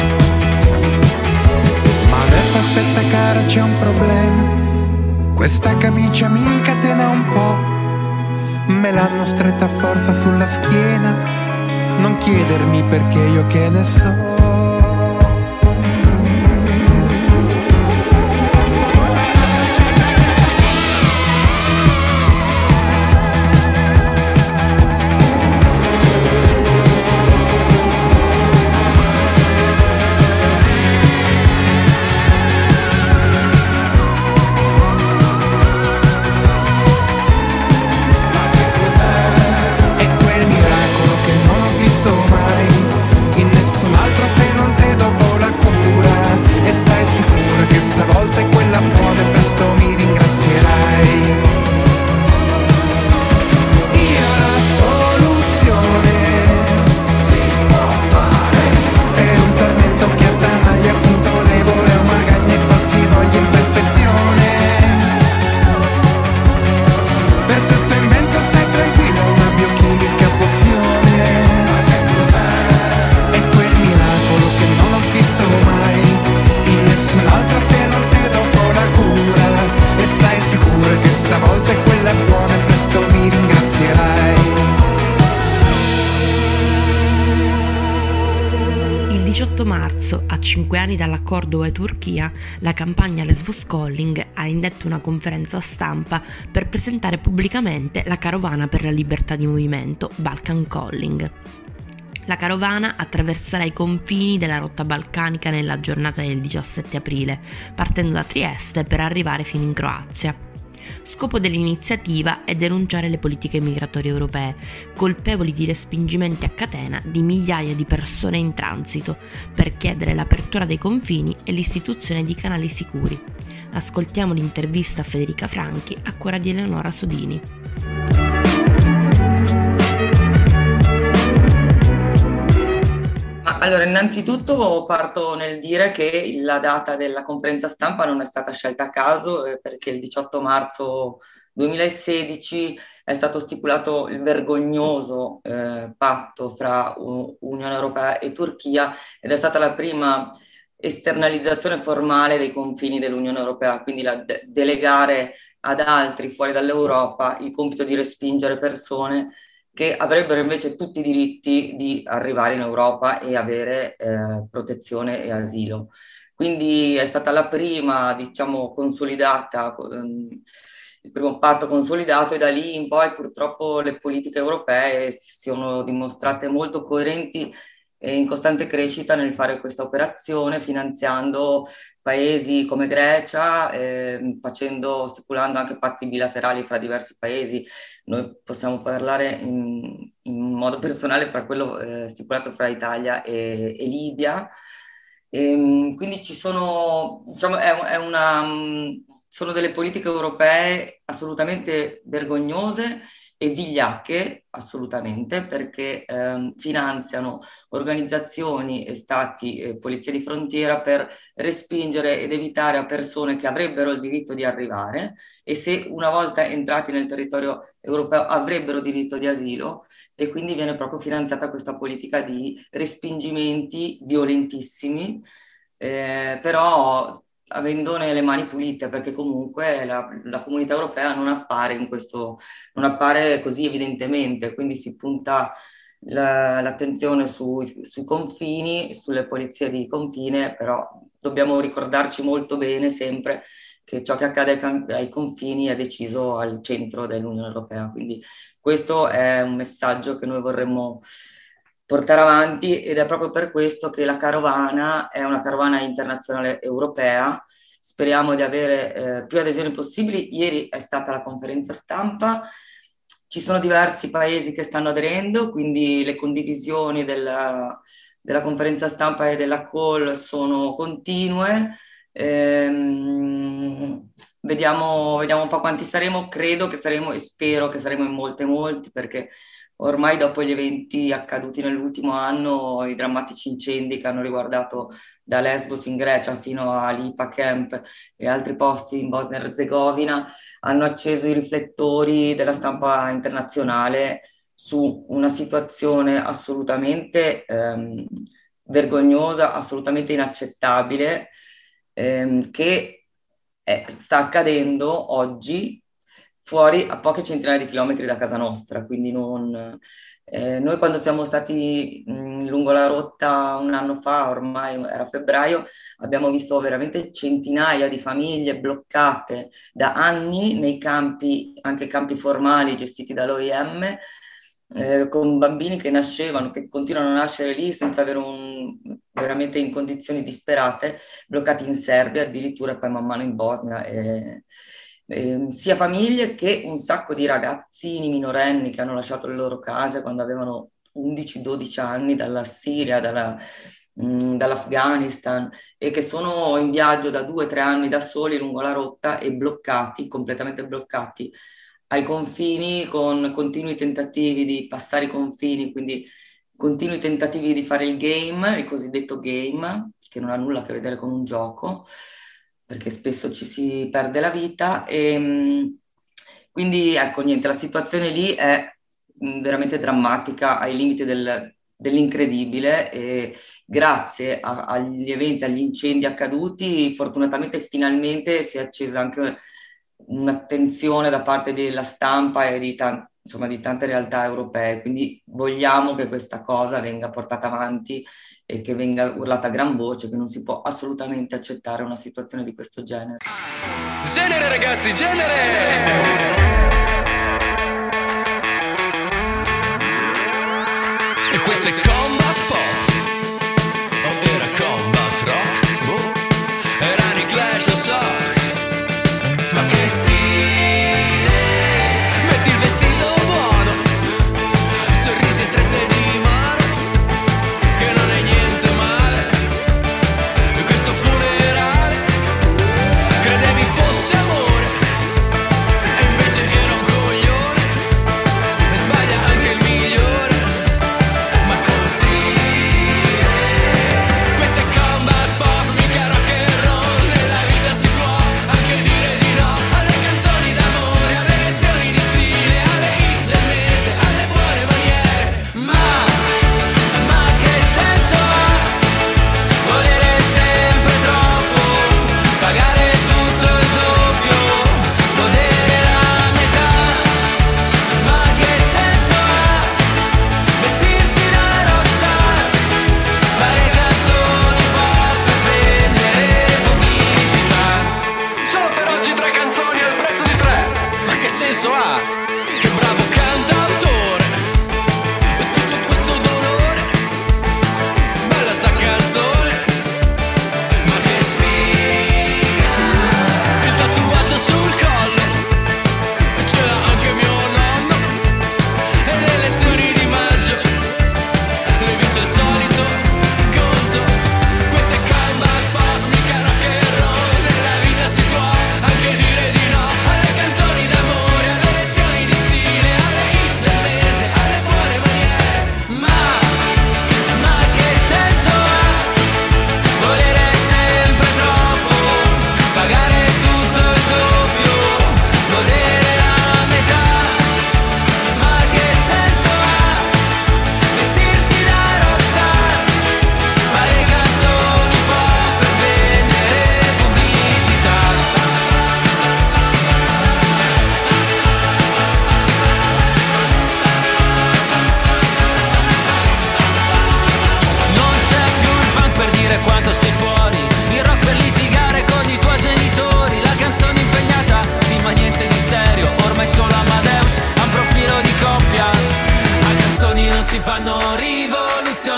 Ma adesso aspetta cara, c'è un problema. Questa camicia mi incatena un po', me l'hanno stretta a forza sulla schiena. Non chiedermi perché, io che ne so. cinque anni dall'accordo U E-Turchia, la campagna Lesbos Calling ha indetto una conferenza stampa per presentare pubblicamente la carovana per la libertà di movimento Balkan Calling. La carovana attraverserà i confini della rotta balcanica nella giornata del diciassette aprile, partendo da Trieste per arrivare fino in Croazia. Scopo dell'iniziativa è denunciare le politiche migratorie europee, colpevoli di respingimenti a catena di migliaia di persone in transito, per chiedere l'apertura dei confini e l'istituzione di canali sicuri. Ascoltiamo l'intervista a Federica Franchi a cura di Eleonora Sodini. Allora, innanzitutto parto nel dire che la data della conferenza stampa non è stata scelta a caso, eh, perché il diciotto marzo duemilasedici è stato stipulato il vergognoso eh, patto fra U- Unione Europea e Turchia ed è stata la prima esternalizzazione formale dei confini dell'Unione Europea, quindi la de- delegare ad altri fuori dall'Europa il compito di respingere persone che avrebbero invece tutti i diritti di arrivare in Europa e avere eh, protezione e asilo. Quindi è stata la prima, diciamo, consolidata, ehm, il primo patto consolidato, e da lì in poi purtroppo le politiche europee si sono dimostrate molto coerenti e in costante crescita nel fare questa operazione, finanziando paesi come Grecia, eh, facendo, stipulando anche patti bilaterali fra diversi paesi. Noi possiamo parlare in, in modo personale fra quello eh, stipulato fra Italia e, e Libia, E, quindi ci sono, diciamo, è, è una, sono delle politiche europee assolutamente vergognose e vigliacche, assolutamente, perché eh, finanziano organizzazioni e stati e polizie di frontiera per respingere ed evitare a persone che avrebbero il diritto di arrivare, e se una volta entrati nel territorio europeo avrebbero diritto di asilo, e quindi viene proprio finanziata questa politica di respingimenti violentissimi, eh, però avendone le mani pulite, perché comunque la, la comunità europea non appare in questo, non appare così evidentemente, quindi si punta la, l'attenzione sui, sui confini, sulle polizie di confine, però dobbiamo ricordarci molto bene sempre che ciò che accade ai, ai confini è deciso al centro dell'Unione Europea, quindi questo è un messaggio che noi vorremmo portare avanti, ed è proprio per questo che la carovana è una carovana internazionale europea. Speriamo di avere eh, più adesioni possibili. Ieri è stata la conferenza stampa, ci sono diversi paesi che stanno aderendo, quindi le condivisioni della, della conferenza stampa e della call sono continue. Ehm, vediamo, vediamo un po' quanti saremo. Credo che saremo, e spero che saremo in molti molti, perché ormai dopo gli eventi accaduti nell'ultimo anno, i drammatici incendi che hanno riguardato da Lesbos in Grecia fino a Lipa Camp e altri posti in Bosnia e Erzegovina, hanno acceso i riflettori della stampa internazionale su una situazione assolutamente ehm, vergognosa, assolutamente inaccettabile, ehm, che è, sta accadendo oggi fuori a poche centinaia di chilometri da casa nostra, quindi non... Eh, noi quando siamo stati mh, lungo la rotta un anno fa, ormai era febbraio, abbiamo visto veramente centinaia di famiglie bloccate da anni nei campi, anche campi formali gestiti dall'O I M, eh, con bambini che nascevano, che continuano a nascere lì senza avere un... veramente in condizioni disperate, bloccati in Serbia, addirittura poi man mano in Bosnia, e... Eh, sia famiglie che un sacco di ragazzini minorenni che hanno lasciato le loro case quando avevano undici dodici anni, dalla Siria, dalla, mh, dall'Afghanistan, e che sono in viaggio da due tre anni da soli lungo la rotta e bloccati, completamente bloccati ai confini, con continui tentativi di passare i confini, quindi continui tentativi di fare il game, il cosiddetto game, che non ha nulla a che vedere con un gioco, perché spesso ci si perde la vita, e quindi ecco niente, la situazione lì è veramente drammatica, ai limiti del, dell'incredibile, e grazie a, agli eventi, agli incendi accaduti, fortunatamente finalmente si è accesa anche un'attenzione da parte della stampa e di tanti, insomma, di tante realtà europee, quindi vogliamo che questa cosa venga portata avanti e che venga urlata a gran voce, che non si può assolutamente accettare una situazione di questo genere. Genere ragazzi, genere! E questo è Combat Pop, o era Combat Rock? Boh, erano i Clash, lo so, ma che stile, metti il vestito buono, sorrisi e strette di mano, che non è niente male, e questo funerale, credevi fosse amore, e invece era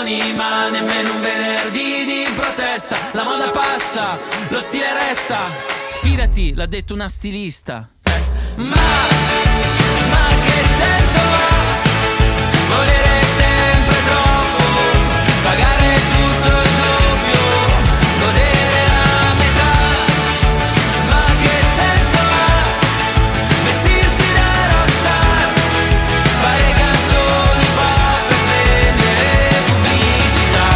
canzoni, ma nemmeno un venerdì di protesta. La moda passa, lo stile resta. Fidati, l'ha detto una stilista. Ma, ma che senso ha volere sempre troppo, pagare tutto il doppio, godere la metà? Ma che senso ha vestirsi da rockstar, fare canzoni pop per vendere pubblicità?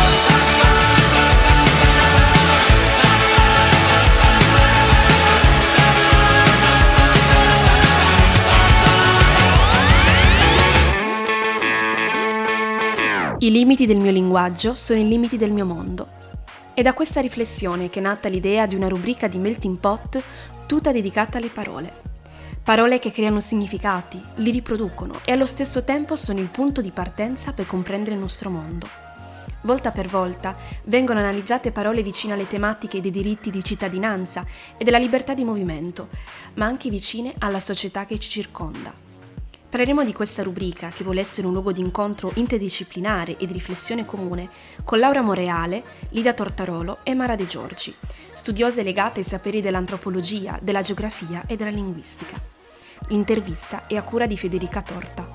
I limiti del mio linguaggio sono i limiti del mio mondo. È da questa riflessione che è nata l'idea di una rubrica di Melting Pot tutta dedicata alle parole. Parole che creano significati, li riproducono e allo stesso tempo sono il punto di partenza per comprendere il nostro mondo. Volta per volta vengono analizzate parole vicine alle tematiche dei diritti di cittadinanza e della libertà di movimento, ma anche vicine alla società che ci circonda. Parleremo di questa rubrica, che vuole essere un luogo di incontro interdisciplinare e di riflessione comune, con Laura Monreale, Lidia Tortarolo e Mara De Giorgi, studiose legate ai saperi dell'antropologia, della geografia e della linguistica. L'intervista è a cura di Federica Torta.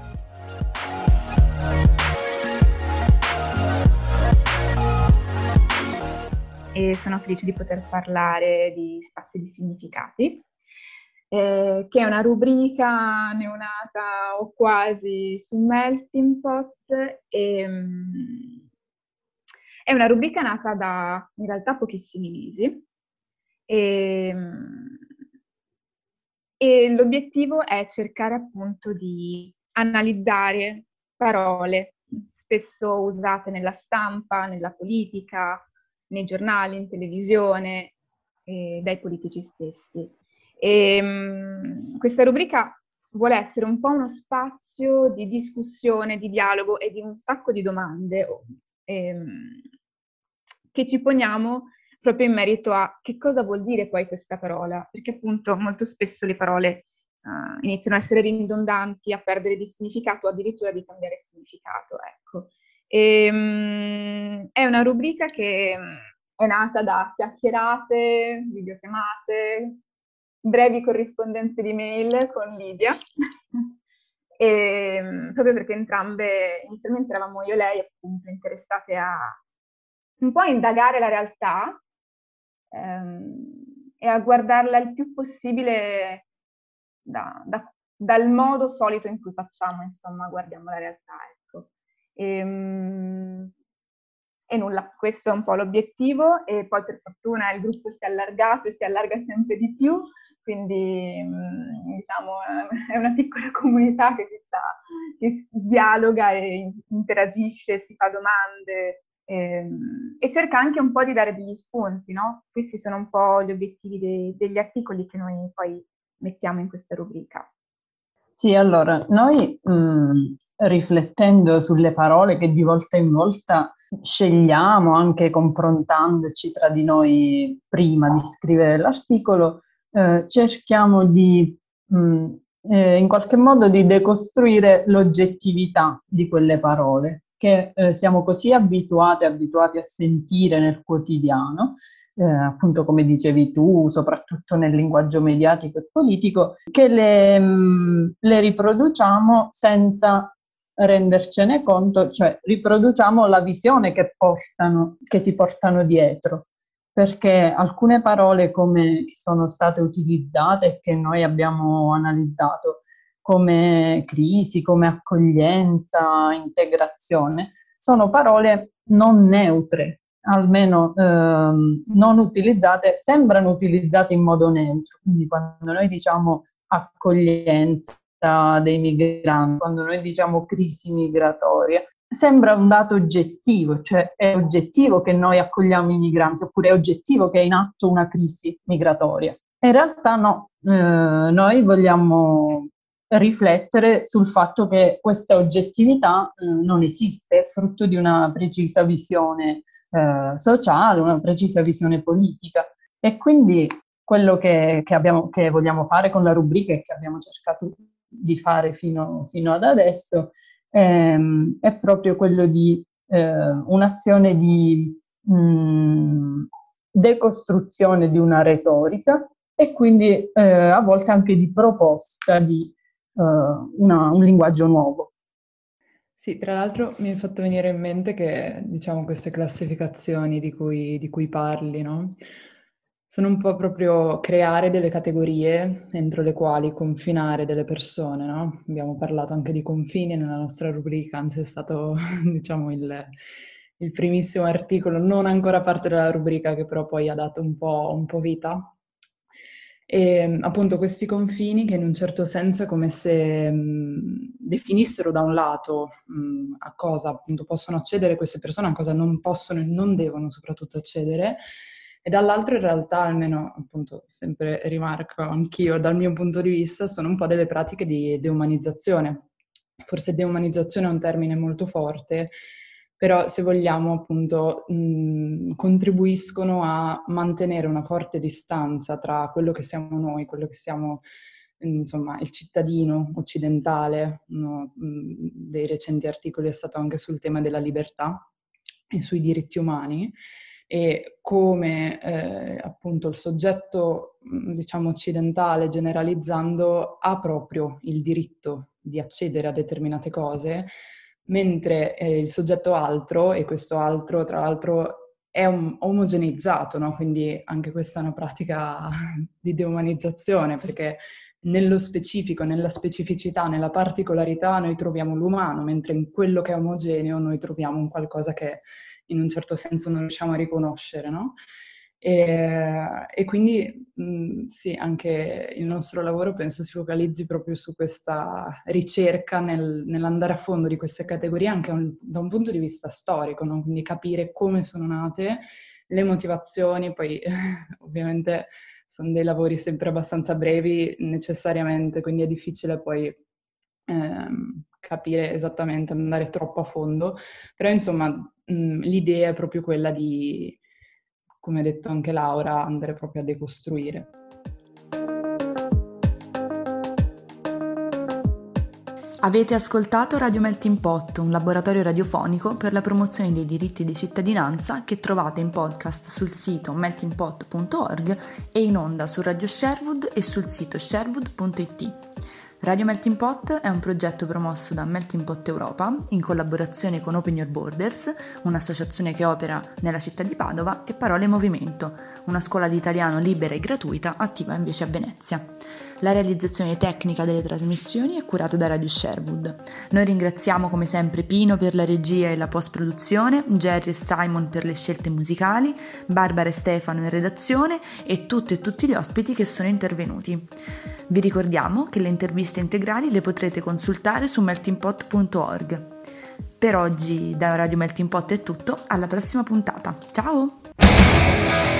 E sono felice di poter parlare di spazi di significati, Eh, che è una rubrica neonata o quasi su Melting Pot. E, um, è una rubrica nata da in realtà pochissimi mesi e, um, e l'obiettivo è cercare appunto di analizzare parole spesso usate nella stampa, nella politica, nei giornali, in televisione, e dai politici stessi. E, um, questa rubrica vuole essere un po' uno spazio di discussione, di dialogo e di un sacco di domande ehm, che ci poniamo proprio in merito a che cosa vuol dire poi questa parola, perché appunto molto spesso le parole uh, iniziano a essere ridondanti, a perdere di significato o addirittura di cambiare significato, ecco. E, um, è una rubrica che è nata da chiacchierate, videochiamate, brevi corrispondenze di mail con Lidia, e, proprio perché entrambe, inizialmente eravamo io e lei appunto interessate a un po' indagare la realtà ehm, e a guardarla il più possibile da, da, dal modo solito in cui facciamo, insomma, guardiamo la realtà, ecco. E, e nulla, questo è un po' l'obiettivo, e poi per fortuna il gruppo si è allargato e si allarga sempre di più, quindi diciamo è una piccola comunità che si sta, che dialoga e interagisce, si fa domande e, e cerca anche un po' di dare degli spunti, no? Questi sono un po' gli obiettivi dei, degli articoli che noi poi mettiamo in questa rubrica. Sì, allora, noi mh, riflettendo sulle parole che di volta in volta scegliamo, anche confrontandoci tra di noi prima di scrivere l'articolo, Eh, cerchiamo di mh, eh, in qualche modo di decostruire l'oggettività di quelle parole che eh, siamo così abituati, abituati a sentire nel quotidiano, eh, appunto come dicevi tu, soprattutto nel linguaggio mediatico e politico, che le, mh, le riproduciamo senza rendercene conto, cioè riproduciamo la visione che portano, che si portano dietro. Perché alcune parole come che sono state utilizzate e che noi abbiamo analizzato come crisi, come accoglienza, integrazione, sono parole non neutre, almeno ehm, non utilizzate, sembrano utilizzate in modo neutro. Quindi quando noi diciamo accoglienza dei migranti, quando noi diciamo crisi migratoria, sembra un dato oggettivo, cioè è oggettivo che noi accogliamo i migranti, oppure è oggettivo che è in atto una crisi migratoria. In realtà no, eh, noi vogliamo riflettere sul fatto che questa oggettività eh, non esiste, è frutto di una precisa visione eh, sociale, una precisa visione politica. E quindi quello che, che, abbiamo, che vogliamo fare con la rubrica e che abbiamo cercato di fare fino, fino ad adesso ehm, è proprio quello di eh, un'azione di mh, decostruzione di una retorica e quindi eh, a volte anche di proposta di uh, una, un linguaggio nuovo. Sì, tra l'altro mi è fatto venire in mente che, diciamo, queste classificazioni di cui, di cui parli, no? Sono un po' proprio creare delle categorie entro le quali confinare delle persone, no? Abbiamo parlato anche di confini nella nostra rubrica, anzi è stato, diciamo, il, il primissimo articolo, non ancora parte della rubrica, che però poi ha dato un po', un po' vita. E appunto questi confini che in un certo senso è come se mh, definissero da un lato mh, a cosa appunto possono accedere queste persone, a cosa non possono e non devono soprattutto accedere, e dall'altro in realtà, almeno appunto sempre rimarco anch'io dal mio punto di vista, sono un po' delle pratiche di deumanizzazione. Forse deumanizzazione è un termine molto forte, però se vogliamo appunto mh, contribuiscono a mantenere una forte distanza tra quello che siamo noi, quello che siamo, insomma, il cittadino occidentale. Uno mh, dei recenti articoli è stato anche sul tema della libertà e sui diritti umani, e come eh, appunto il soggetto, diciamo, occidentale, generalizzando, ha proprio il diritto di accedere a determinate cose, mentre eh, il soggetto altro, e questo altro tra l'altro è um, omogeneizzato, no? Quindi anche questa è una pratica di deumanizzazione, perché nello specifico, nella specificità, nella particolarità noi troviamo l'umano, mentre in quello che è omogeneo noi troviamo un qualcosa che in un certo senso non riusciamo a riconoscere, no? E, e quindi mh, sì, anche il nostro lavoro penso si focalizzi proprio su questa ricerca nel, nell'andare a fondo di queste categorie anche un, da un punto di vista storico, no? Quindi capire come sono nate, le motivazioni, poi ovviamente sono dei lavori sempre abbastanza brevi necessariamente, quindi è difficile poi ehm, capire esattamente, andare troppo a fondo, però insomma mh, l'idea è proprio quella di, come ha detto anche Laura, andare proprio a decostruire. Avete ascoltato Radio Melting Pot, un laboratorio radiofonico per la promozione dei diritti di cittadinanza che trovate in podcast sul sito melting pot punto org e in onda su Radio Sherwood e sul sito sherwood punto it. Radio Melting Pot è un progetto promosso da Melting Pot Europa in collaborazione con Open Your Borders, un'associazione che opera nella città di Padova, e Parole Movimento, una scuola di italiano libera e gratuita attiva invece a Venezia. La realizzazione tecnica delle trasmissioni è curata da Radio Sherwood. Noi ringraziamo come sempre Pino per la regia e la post-produzione, Jerry e Simon per le scelte musicali, Barbara e Stefano in redazione e tutte e tutti gli ospiti che sono intervenuti. Vi ricordiamo che le interviste integrali le potrete consultare su melting pot punto org. Per oggi da Radio Melting Pot è tutto, alla prossima puntata. Ciao!